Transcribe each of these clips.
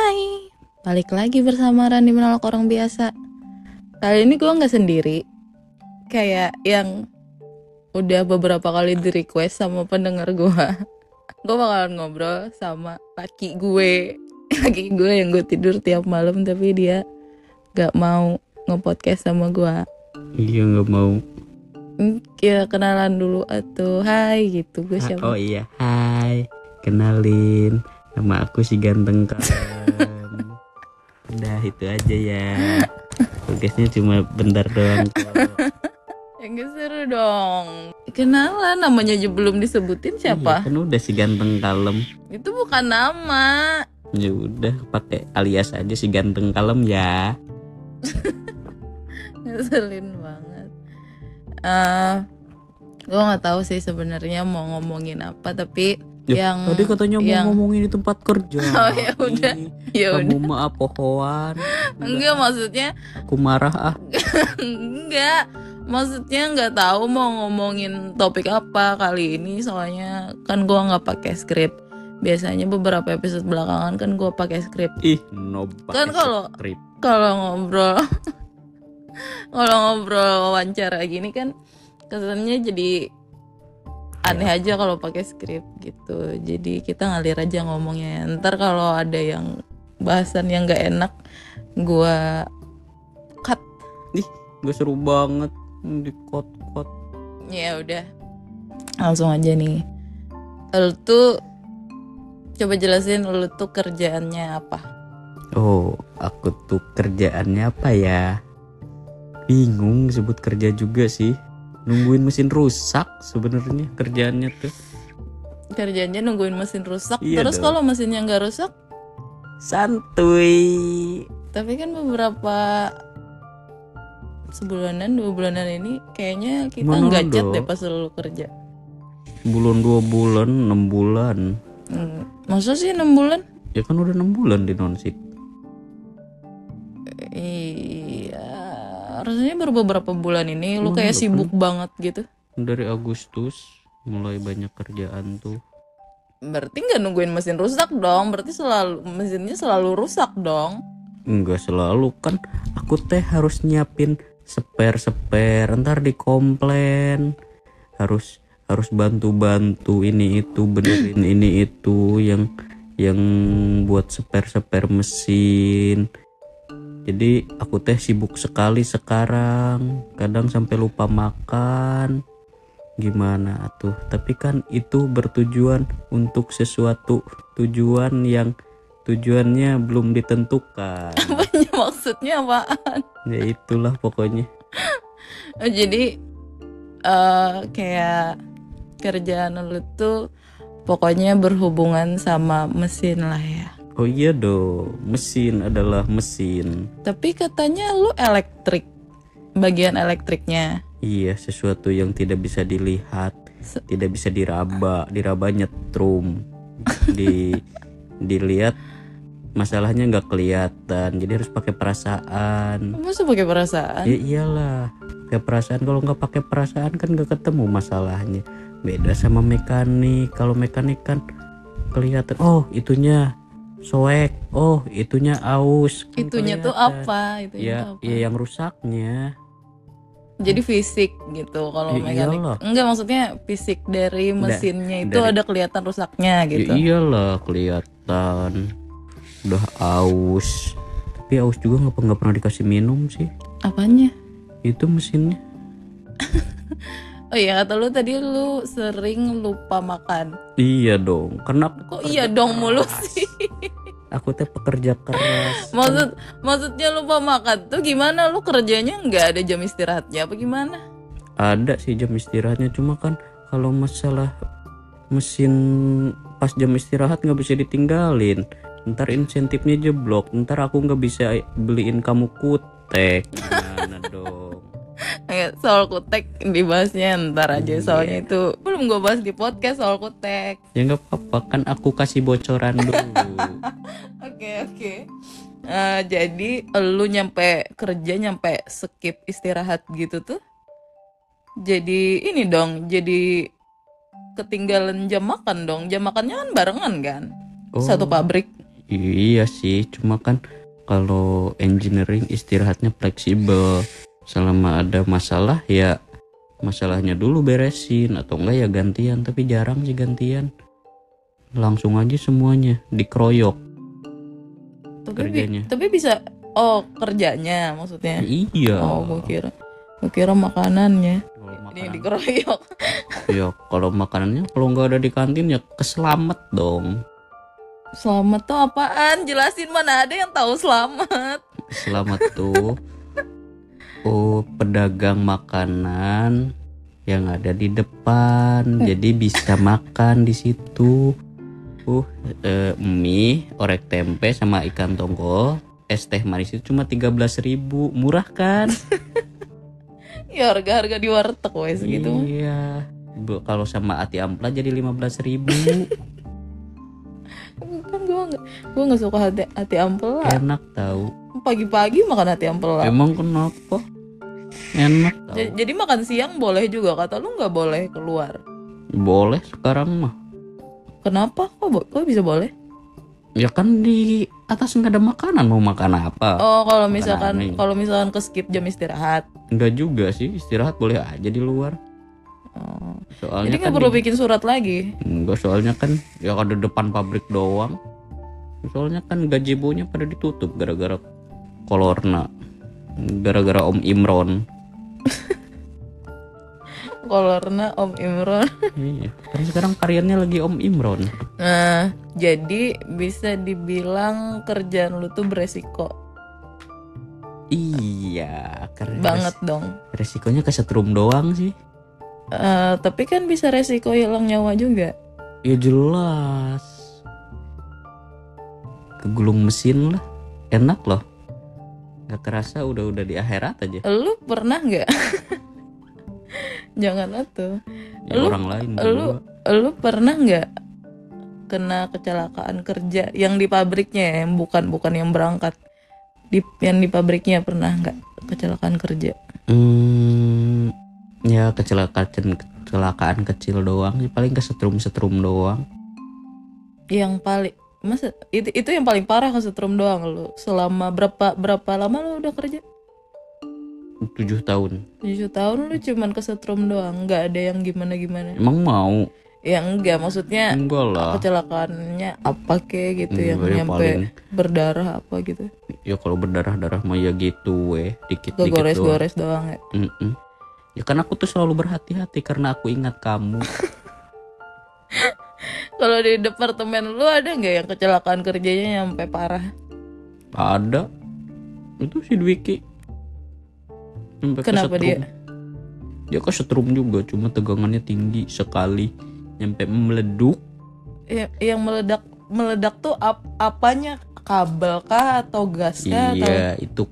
Hai, balik lagi bersama Rani Menolak Orang Biasa. Kali ini gue gak sendiri. Kayak yang udah beberapa kali di request sama pendengar gue. Gue bakalan ngobrol sama laki gue. Laki gue yang gue tidur tiap malam, tapi dia gak mau nge-podcast sama gue. Iya gak mau. Ya kenalan dulu atuh. Hai gitu, gue siapa? Oh iya, hai, kenalin, nama aku si ganteng kalem. Udah itu aja ya. Tugasnya cuma bentar doang kok. Yang seru dong. Kenalan, namanya aja belum disebutin siapa? Iya, kan udah si ganteng kalem. Itu bukan nama. Ya udah pakai alias aja si ganteng kalem ya. Ngeselin banget. Gue nggak tahu sih sebenarnya mau ngomongin apa, tapi Ya, yang tadi katanya yang- mau ngomongin di tempat kerja. Oh, ya udah. Ih, ya kamu udah. mah apohoan. Enggak, maksudnya Aku marah ah. enggak. Maksudnya nggak tahu mau ngomongin topik apa kali ini, soalnya kan gue nggak pakai skrip. Biasanya beberapa episode belakangan kan gue pakai skrip. Ih, noba. Kan kalau skrip. ngobrol kalau ngobrol wawancara gini kan kesannya jadi aneh aja kalau pakai skrip gitu. Jadi kita ngalir aja ngomongnya. Ntar kalau ada yang bahasan yang nggak enak, gua cut. Ih, gak seru banget di kot-kot. Ya udah, langsung aja nih. Lu tuh coba jelasin lu tuh kerjaannya apa? Oh, aku tuh kerjaannya apa ya? Bingung sebut kerja juga sih. Nungguin mesin rusak sebenarnya kerjaannya tuh. Kerjaannya nungguin mesin rusak. Iya Terus dong. kalau mesinnya nggak rusak, Santuy. tapi kan beberapa sebulanan, 2 bulanan ini kayaknya kita Mana nggak chat ada? deh pas lu kerja. Bulan 2 bulan, 6 bulan. Masa sih 6 bulan? Ya kan udah 6 bulan di nonsip. Iya, rasanya baru beberapa bulan ini lu Mana kayak ada, sibuk banget gitu. Dari Agustus mulai banyak kerjaan tuh. Berarti nggak nungguin mesin rusak dong? Berarti mesinnya selalu rusak dong? Enggak selalu kan, aku teh harus nyiapin spare ntar dikomplain. Harus bantu ini itu benerin ini itu yang buat spare mesin. Jadi aku teh sibuk sekali sekarang, kadang sampai lupa makan. Gimana tuh? Tapi kan itu bertujuan untuk sesuatu tujuan yang tujuannya belum ditentukan. Apanya maksudnya apaan? Ya itulah pokoknya. Jadi kayak kerjaan lu tuh pokoknya berhubungan sama mesin lah ya. Oh iya dong, mesin adalah mesin. Tapi katanya lu elektrik, bagian elektriknya. Iya, sesuatu yang tidak bisa dilihat, tidak bisa diraba nyetrum. Dilihat masalahnya nggak kelihatan, jadi harus pakai perasaan. Masa pakai perasaan? Ya iyalah, pakai perasaan. Kalau nggak pakai perasaan kan nggak ketemu masalahnya. Beda sama mekanik. Kalau mekanik kan kelihatan, oh itunya soek, oh itunya aus. Kan Itunya tuh kelihatan. apa? Itunya Ya, tuh apa? ya yang rusaknya. Jadi fisik gitu kalau Ya mekanik. iyalah. Enggak, maksudnya fisik dari mesinnya itu dari- ada kelihatan rusaknya gitu. Ya iyalah kelihatan. Udah aus. Tapi aus juga nggak pernah dikasih minum sih. Apanya? Itu mesinnya. Oh iya, kata lu tadi lu sering lupa makan. Iya dong. Karena Kok iya dong mulu sih? aku teh pekerja keras. Maksudnya lupa makan tuh gimana? Lu kerjanya nggak ada jam istirahatnya apa gimana? Ada sih jam istirahatnya, cuma kan kalau masalah mesin pas jam istirahat nggak bisa ditinggalin. Ntar insentifnya jeblok, ntar aku nggak bisa beliin kamu kutek. Gimana dong? Soal kutek dibahasnya ntar aja, Iya. soalnya itu belum gue bahas di podcast soal kutek. Ya nggak apa-apa, kan aku kasih bocoran dulu. Oke. Jadi lu nyampe kerja nyampe skip istirahat gitu tuh. Jadi ini dong, jadi ketinggalan jam makan dong. Jam makannya kan barengan kan? Oh. Satu pabrik. Iya sih, cuma kan kalau engineering istirahatnya fleksibel. Selama ada masalah ya masalahnya dulu beresin, atau enggak ya gantian, tapi jarang sih gantian. Langsung aja semuanya dikeroyok kerjanya. Tapi bisa kerjanya maksudnya. Iya. Gue kira makanannya. Kalau Ini makanan, dikeroyok. ya kalau makanannya kalau nggak ada di kantin ya keselamat dong. Selamat tuh apaan? Jelasin, mana ada yang tahu selamat. Selamat tuh pedagang makanan yang ada di depan, jadi bisa makan di situ. Mie, orek tempe sama ikan tongkol, es teh manis itu cuma 13.000, murah kan? Ya harga-harga di warteg wes gitu. Iya. Kalau sama ati ampla jadi 15.000. Kan gue nggak suka hati ampela. Enak tahu. Pagi-pagi makan hati ampela. Emang kenapa? Enak tahu. Jadi makan siang boleh juga, kata lu nggak boleh keluar. Boleh sekarang mah. Kenapa? Kok bisa boleh? Ya kan di atas nggak ada makanan, mau makan apa? Oh, kalau Makan misalkan ke skip jam istirahat. Enggak juga sih, istirahat boleh aja di luar. Oh. Soalnya Jadi nggak perlu bikin surat lagi. Enggak, soalnya kan ya ada depan pabrik doang. Soalnya kan gazebo-nya pada ditutup gara-gara kolorna, gara-gara Om Imron. Kolorna Om Imron. Iya, kan sekarang karyanya lagi Om Imron. Nah, jadi bisa dibilang kerjaan lu tuh beresiko Iya, karena banget dong. resikonya kesetrum doang sih. Tapi kan bisa resiko hilang nyawa juga. Ya jelas. Kegulung mesin lah, enak loh. Gak kerasa udah di akhirat aja. Lu pernah nggak? Jangan atuh. Ya orang lain. Lu pernah nggak kena kecelakaan kerja yang di pabriknya ya, yang bukan yang berangkat, yang di pabriknya pernah nggak kecelakaan kerja? Ya kecelakaan kecil doang sih, paling kesetrum doang. Yang paling masa itu yang paling parah kesetrum doang lu. Selama berapa lama lu udah kerja? 7 tahun. 7 tahun lu cuman kesetrum doang, nggak ada yang gimana-gimana? Emang mau? Ya enggak, maksudnya Enggak lah. Kecelakaannya apa kek gitu yang ya nyampe paling, berdarah apa gitu? ya kalau berdarah mah ya gitu dikit-dikit doang. Gores-gores doang ya. Ya kan aku tuh selalu berhati-hati karena aku ingat kamu. Kalau di departemen lu ada nggak yang kecelakaan kerjanya nyampe parah? Ada. Itu si Dwiki. Kenapa dia? Dia kesetrum juga, cuma tegangannya tinggi sekali, nyampe meleduk. Yang meledak tuh apanya? Kabel kah atau gas kah? Iya, itu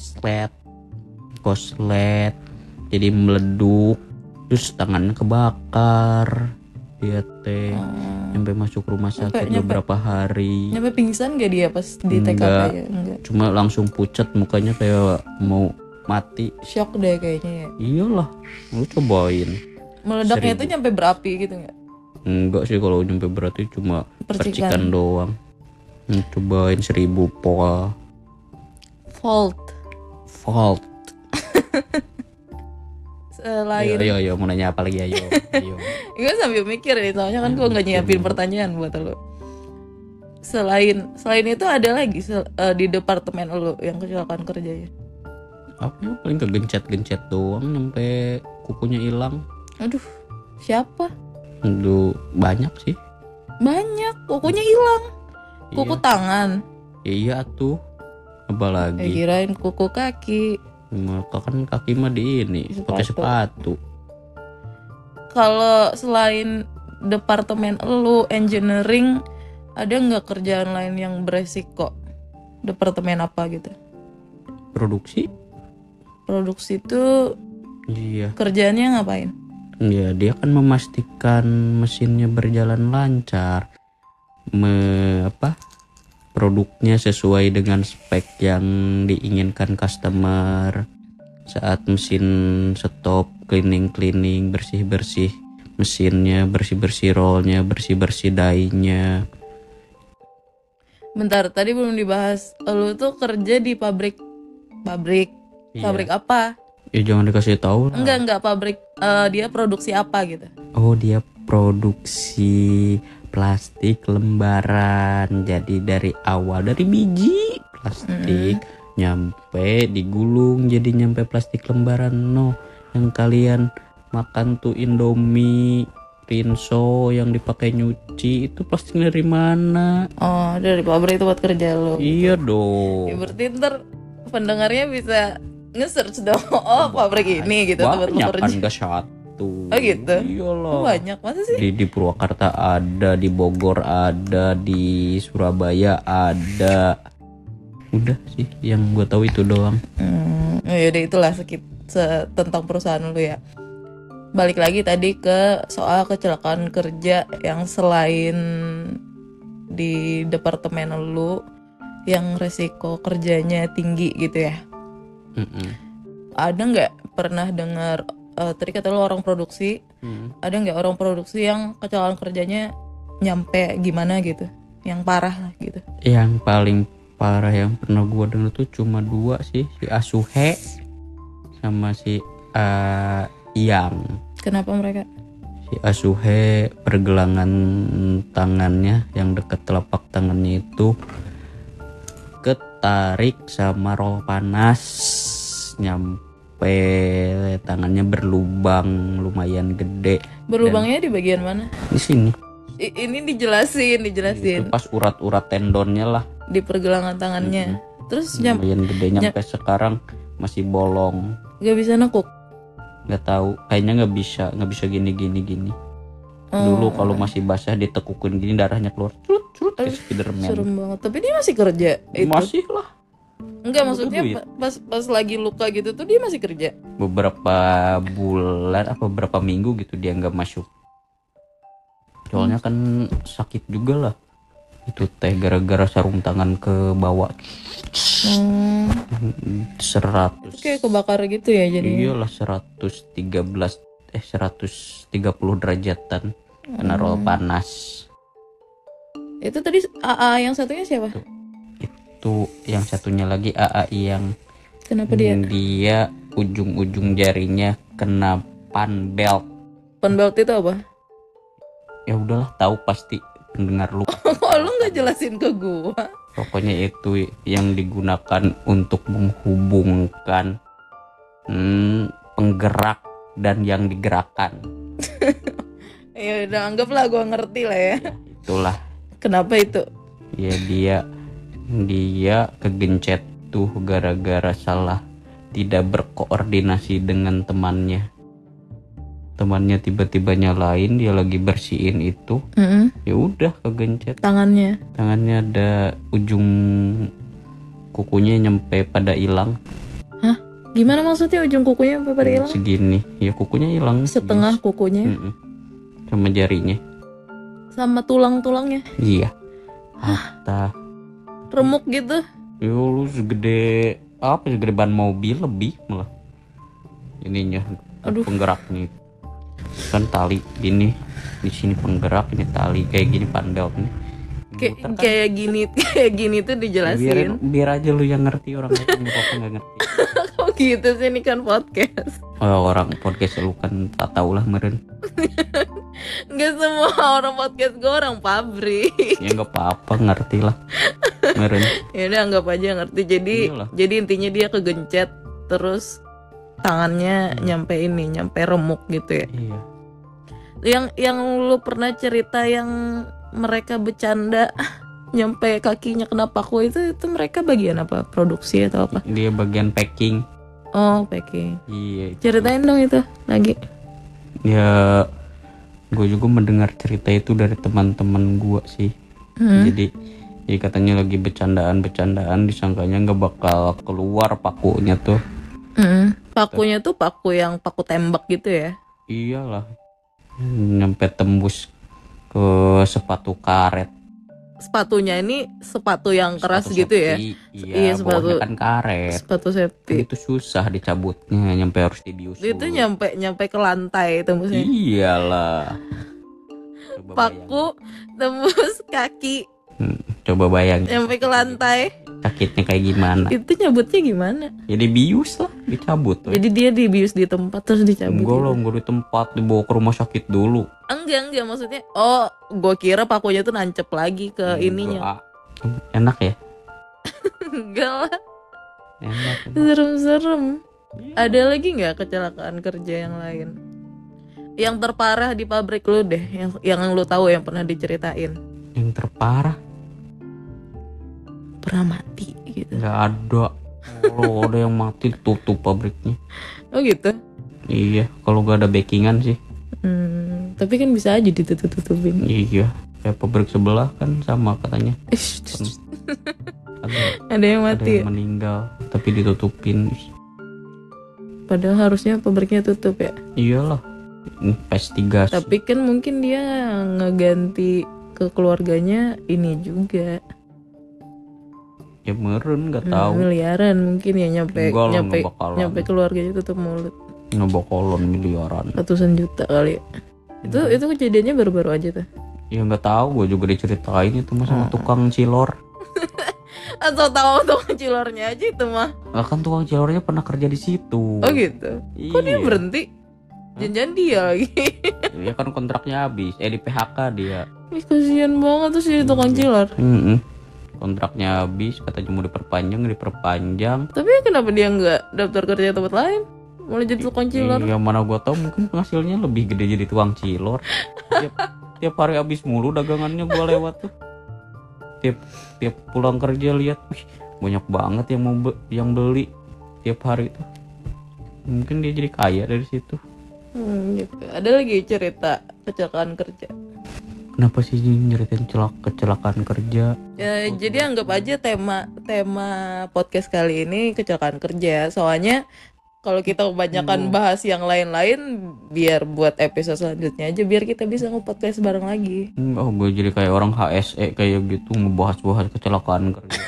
korslet. Jadi meleduk, terus tangannya kebakar. Dia nyampe masuk rumah sakit beberapa hari. Nyampe pingsan gak dia pas di TKP ya? Enggak. Cuma langsung pucat mukanya kayak mau mati. Shock deh kayaknya ya. Iyalah, lu cobain. Meledaknya itu nyampe berapi gitu nggak? Enggak sih, kalau nyampe berarti cuma percikan doang. Cobain 1000 volt. Selain Ayo mau nanya apa lagi, ayo. gue sambil mikir nih, soalnya kan gue nggak nyiapin pertanyaan buat lo. Selain itu ada lagi di departemen lo yang kecelakaan kerjanya? Apa ya, paling kegencet doang sampai kukunya hilang. Aduh, siapa? Aduh, banyak sih. Banyak, kukunya hilang. Kuku tangan. Iya tuh. Apa lagi? Kirain kuku kaki. Kan kaki mah di ini pakai sepatu. Kalau selain departemen lu engineering, ada nggak kerjaan lain yang beresiko? Departemen apa gitu? Produksi itu iya. Kerjaannya ngapain? Ya, dia kan memastikan mesinnya berjalan lancar, produknya sesuai dengan spek yang diinginkan customer. Saat mesin stop, cleaning, bersih mesinnya, bersih rollnya, bersih dainya. Bentar, tadi belum dibahas. Lu tuh kerja di pabrik Iya. pabrik apa? Ya jangan dikasih tahu lah. Enggak pabrik. Dia produksi apa gitu? Oh, dia produksi plastik lembaran. Jadi dari awal dari biji plastik nyampe digulung jadi nyampe plastik lembaran. No, yang kalian makan tuh Indomie, Rinso yang dipakai nyuci itu plastik dari mana? Oh, dari pabrik itu buat kerja lu. Iya dong. Ya, berarti ntar pendengarnya bisa nge-search dong. Oh, pabrik ini gitu tempat lu Banyak kan, kerja. gak satu. Oh gitu? Iyalah. Oh, banyak, masa sih? Di Purwakarta ada, di Bogor ada, di Surabaya ada. Udah sih yang gue tahu itu doang. Yaudah itulah tentang perusahaan lu ya. Balik lagi tadi ke soal kecelakaan kerja yang selain di departemen lu yang resiko kerjanya tinggi gitu ya. Ada nggak pernah dengar tadi kata lu orang produksi, ada nggak orang produksi yang kecelakaan kerjanya nyampe gimana gitu, yang parah lah gitu? Yang paling parah yang pernah gue denger tuh cuma 2 sih, si Asuhe sama si Iyang. Kenapa mereka? Si Asuhe pergelangan tangannya yang dekat telapak tangannya itu ketarik sama roll panas nyampe tangannya berlubang lumayan gede. Berlubangnya di bagian mana? Di sini. Ini dijelasin. Itu pas urat-urat tendonnya lah. Di pergelangan tangannya. Terus lumayan gede nyampe sekarang masih bolong. Gak bisa nekuk. Nggak tahu, kayaknya nggak bisa gini. Dulu kalau masih basah ditekukin gini darahnya keluar curut kayak Spiderman. Serem banget. Tapi dia masih kerja itu. Masih lah. Enggak, maksudnya pas lagi luka gitu tuh dia masih kerja. Beberapa bulan beberapa minggu gitu dia nggak masuk. Soalnya kan sakit juga lah. Itu teh gara-gara sarung tangan ke bawah. 100. Itu kayak kebakar gitu ya jadinya. Iyalah 130 derajatan kena roll panas. Itu tadi AA yang satunya siapa? Itu yang satunya lagi AA yang kenapa dia? Dia ujung-ujung jarinya kena pan belt. Pan belt itu apa? Ya udahlah, tahu pasti pendengar lu. Kok lu nggak jelasin ke gua? Pokoknya itu yang digunakan untuk menghubungkan penggerak dan yang digerakkan. Ya udah, anggaplah gua ngerti lah ya. Itulah. Kenapa itu? Ya dia kegencet tuh gara-gara salah tidak berkoordinasi dengan temannya. Temannya tiba-tiba nyalain, dia lagi bersihin itu. Ya udah kegencet. Tangannya ada ujung kukunya nyampe pada hilang. Hah? Gimana maksudnya ujung kukunya nyampe pada hilang? Segini. Ya kukunya hilang. Setengah kukunya. Sama jarinya. Sama tulang-tulangnya. Iya. Hatta. Remuk gitu. Ya lu segede ban mobil lebih malah. Ininya. Aduh. Penggeraknya kan tali gini, di sini penggerak, ini tali kayak gini pandel nih. Kayak gini tuh dijelasin. Biar aja lu yang ngerti, orang lain nggak ngerti. Kok gitu sih, ini kan podcast. Orang podcast lu kan tak tahu lah meren. Nggak semua orang podcast gue orang pabrik. Ya nggak apa-apa, ngerti lah meren. Ya udah, anggap aja ngerti. Jadi intinya dia kegencet terus tangannya nyampe remuk gitu ya. Iya. Yang lu pernah cerita yang mereka bercanda nyampe kakinya kena paku itu mereka bagian apa? Produksi atau apa? Dia bagian packing. Oh, packing. Iya. Ceritain dong itu lagi. Ya, gue juga mendengar cerita itu dari teman-teman gue sih. Jadi katanya lagi bercandaan, disangkanya nggak bakal keluar pakunya tuh. Pakunya tuh paku yang paku tembak gitu ya? Iyalah, nyampe tembus ke sepatu karet. Sepatunya ini sepatu yang keras sepatu gitu safety, ya? Iya, sepatu kan karet. Sepatu safety. Itu susah dicabutnya, nyampe harus dibius. Itu nyampe ke lantai tembusnya. Iyalah. Paku tembus kaki. Coba bayangin Sampai ke lantai. sakitnya kayak gimana. Itu nyabutnya gimana? Jadi bius lah, dicabut. Jadi dia dibius di tempat terus dicabut. Enggak lah, gitu. enggak di tempat, dibawa ke rumah sakit dulu. Enggak maksudnya. Oh, gue kira pakunya tuh nancep lagi ke ininya. Enak ya? Enggak lah. Enak. Serem-serem. Ada lagi nggak kecelakaan kerja yang lain? Yang terparah di pabrik lu deh, yang lu tahu yang pernah diceritain. Yang terparah Pernah mati gitu. nggak ada. Kalau ada yang mati tutup pabriknya. Oh gitu. Iya, kalau nggak ada backingan sih. Tapi kan bisa aja ditutup-tutupin. Iya, kayak pabrik sebelah kan sama katanya. Ada yang Ada mati. yang meninggal tapi ditutupin. Padahal harusnya pabriknya tutup ya. Iyalah, investigasi. Tapi kan mungkin dia ngeganti ke keluarganya ini juga. Ya meren nggak tahu. Miliaran mungkin ya nyampe Enggak lah, nggak bakalan. nyampe keluarganya tutup mulut. Ngebokolon miliaran. Ratusan juta kali ya. Itu kejadiannya baru-baru aja tuh. Ya nggak tahu, gue juga diceritain itu mas sama tukang cilor. Atau tahu tuh cilornya aja itu mah. Lah kan tukang cilornya pernah kerja di situ. Oh gitu. Kok dia berhenti? Jangan dia lagi. Iya kan kontraknya habis. Di PHK dia. Ih, kasihan banget tuh si tukang cilor. Kontraknya habis, katanya mau diperpanjang. Tapi kenapa dia nggak daftar kerja tempat lain? Mulai jadi tukang cilor. Yang mana gua tahu mungkin penghasilnya lebih gede jadi tukang cilor. Tiap hari habis mulu dagangannya gua lewat tuh. Tiap pulang kerja lihat, wih, banyak banget yang beli tiap hari tuh. Mungkin dia jadi kaya dari situ. Gitu. Ada lagi cerita kecelakaan kerja. Kenapa sih nyeritain kecelakaan kerja? Ya, jadi anggap aja tema podcast kali ini kecelakaan kerja. Soalnya kalau kita kebanyakan bahas yang lain-lain, biar buat episode selanjutnya aja, biar kita bisa nge-podcast bareng lagi. Oh, gue jadi kayak orang HSE kayak gitu ngebahas kecelakaan kerja.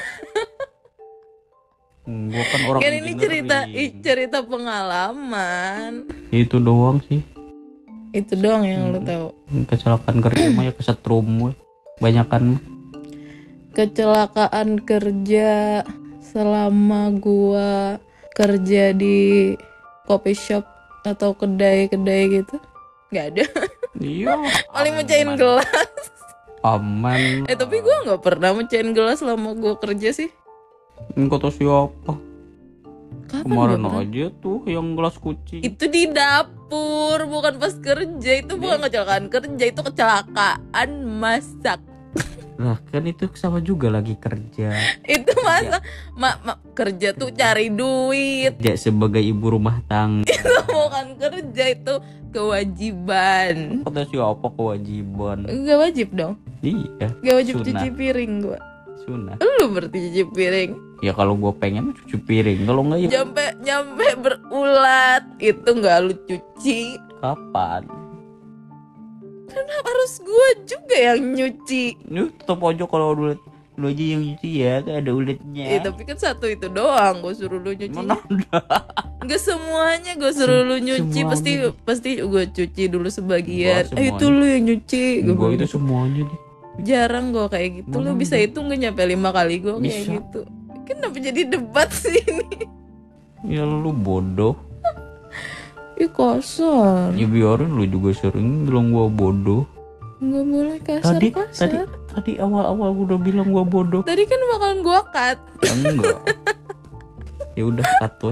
Gue kan orang Kan ini cerita pengalaman. Itu doang sih. Itu doang yang lu tahu. Kecelakaan kerja mah ya kesetrum gue. Banyakan Kecelakaan kerja selama gua kerja di coffee shop atau kedai-kedai gitu nggak ada. Iya. Paling mecahin gelas. Aman. Tapi gua nggak pernah mecahin gelas selama gua kerja sih. Kata siapa? Kapan Kemarin gua pernah? aja tuh yang gelas kucing. Itu di dapur, bukan pas kerja. Itu bukan kecelakaan kerja, itu kecelakaan masak. Lah kan itu sama juga lagi kerja. Itu masak. Kerja tuh cari duit. Kerja sebagai ibu rumah tangga. Itu bukan kerja, itu kewajiban. Kata siapa kewajiban? Gak wajib dong. Iya. Gak wajib Sunnah. cuci piring gua. Sunnah. Lu berarti cuci piring. Ya kalau gue pengen cuci piring, kalau enggak ya Nyampe berulat itu nggak lu cuci. kapan? Kenapa harus gua juga yang nyuci? Ini tetap aja kalau ulet lu aja yang nyuci ya, kan ada uletnya. Tapi kan satu itu doang gua suruh lu nyuci. Mana ada? Nggak semuanya gua suruh lu nyuci. Semuanya. Pasti gua cuci dulu sebagian. Enggak, Itu lu yang nyuci. Gue itu semuanya deh. Jarang gua kayak gitu. Lu bisa hitung nggak nyampe 5 kali gua kayak Bisa. gitu. Kenapa jadi debat sih ini? Ya lu bodoh. Ih kasar. Ya biarin, lu juga sering bilang gua bodoh. Nggak boleh kasar. Tadi awal-awal gua udah bilang gua bodoh. Tadi kan bakalan gua cut. Enggak. Ya udah cut weh.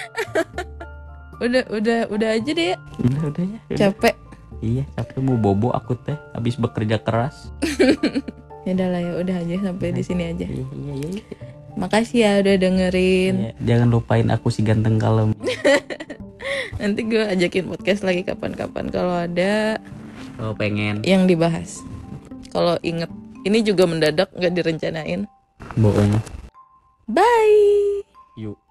Udah aja deh ya. Udah ya. Capek. Iya, capek mau bobo aku teh habis bekerja keras. Ya udah lah ya, udah aja sampai di sini aja. Iya. Makasih ya udah dengerin. Iya, jangan lupain aku si ganteng kalem. Nanti gue ajakin podcast lagi kapan-kapan kalau ada Kalau pengen. yang dibahas. Kalau inget, ini juga mendadak nggak direncanain. Bohong. Bye. Yuk.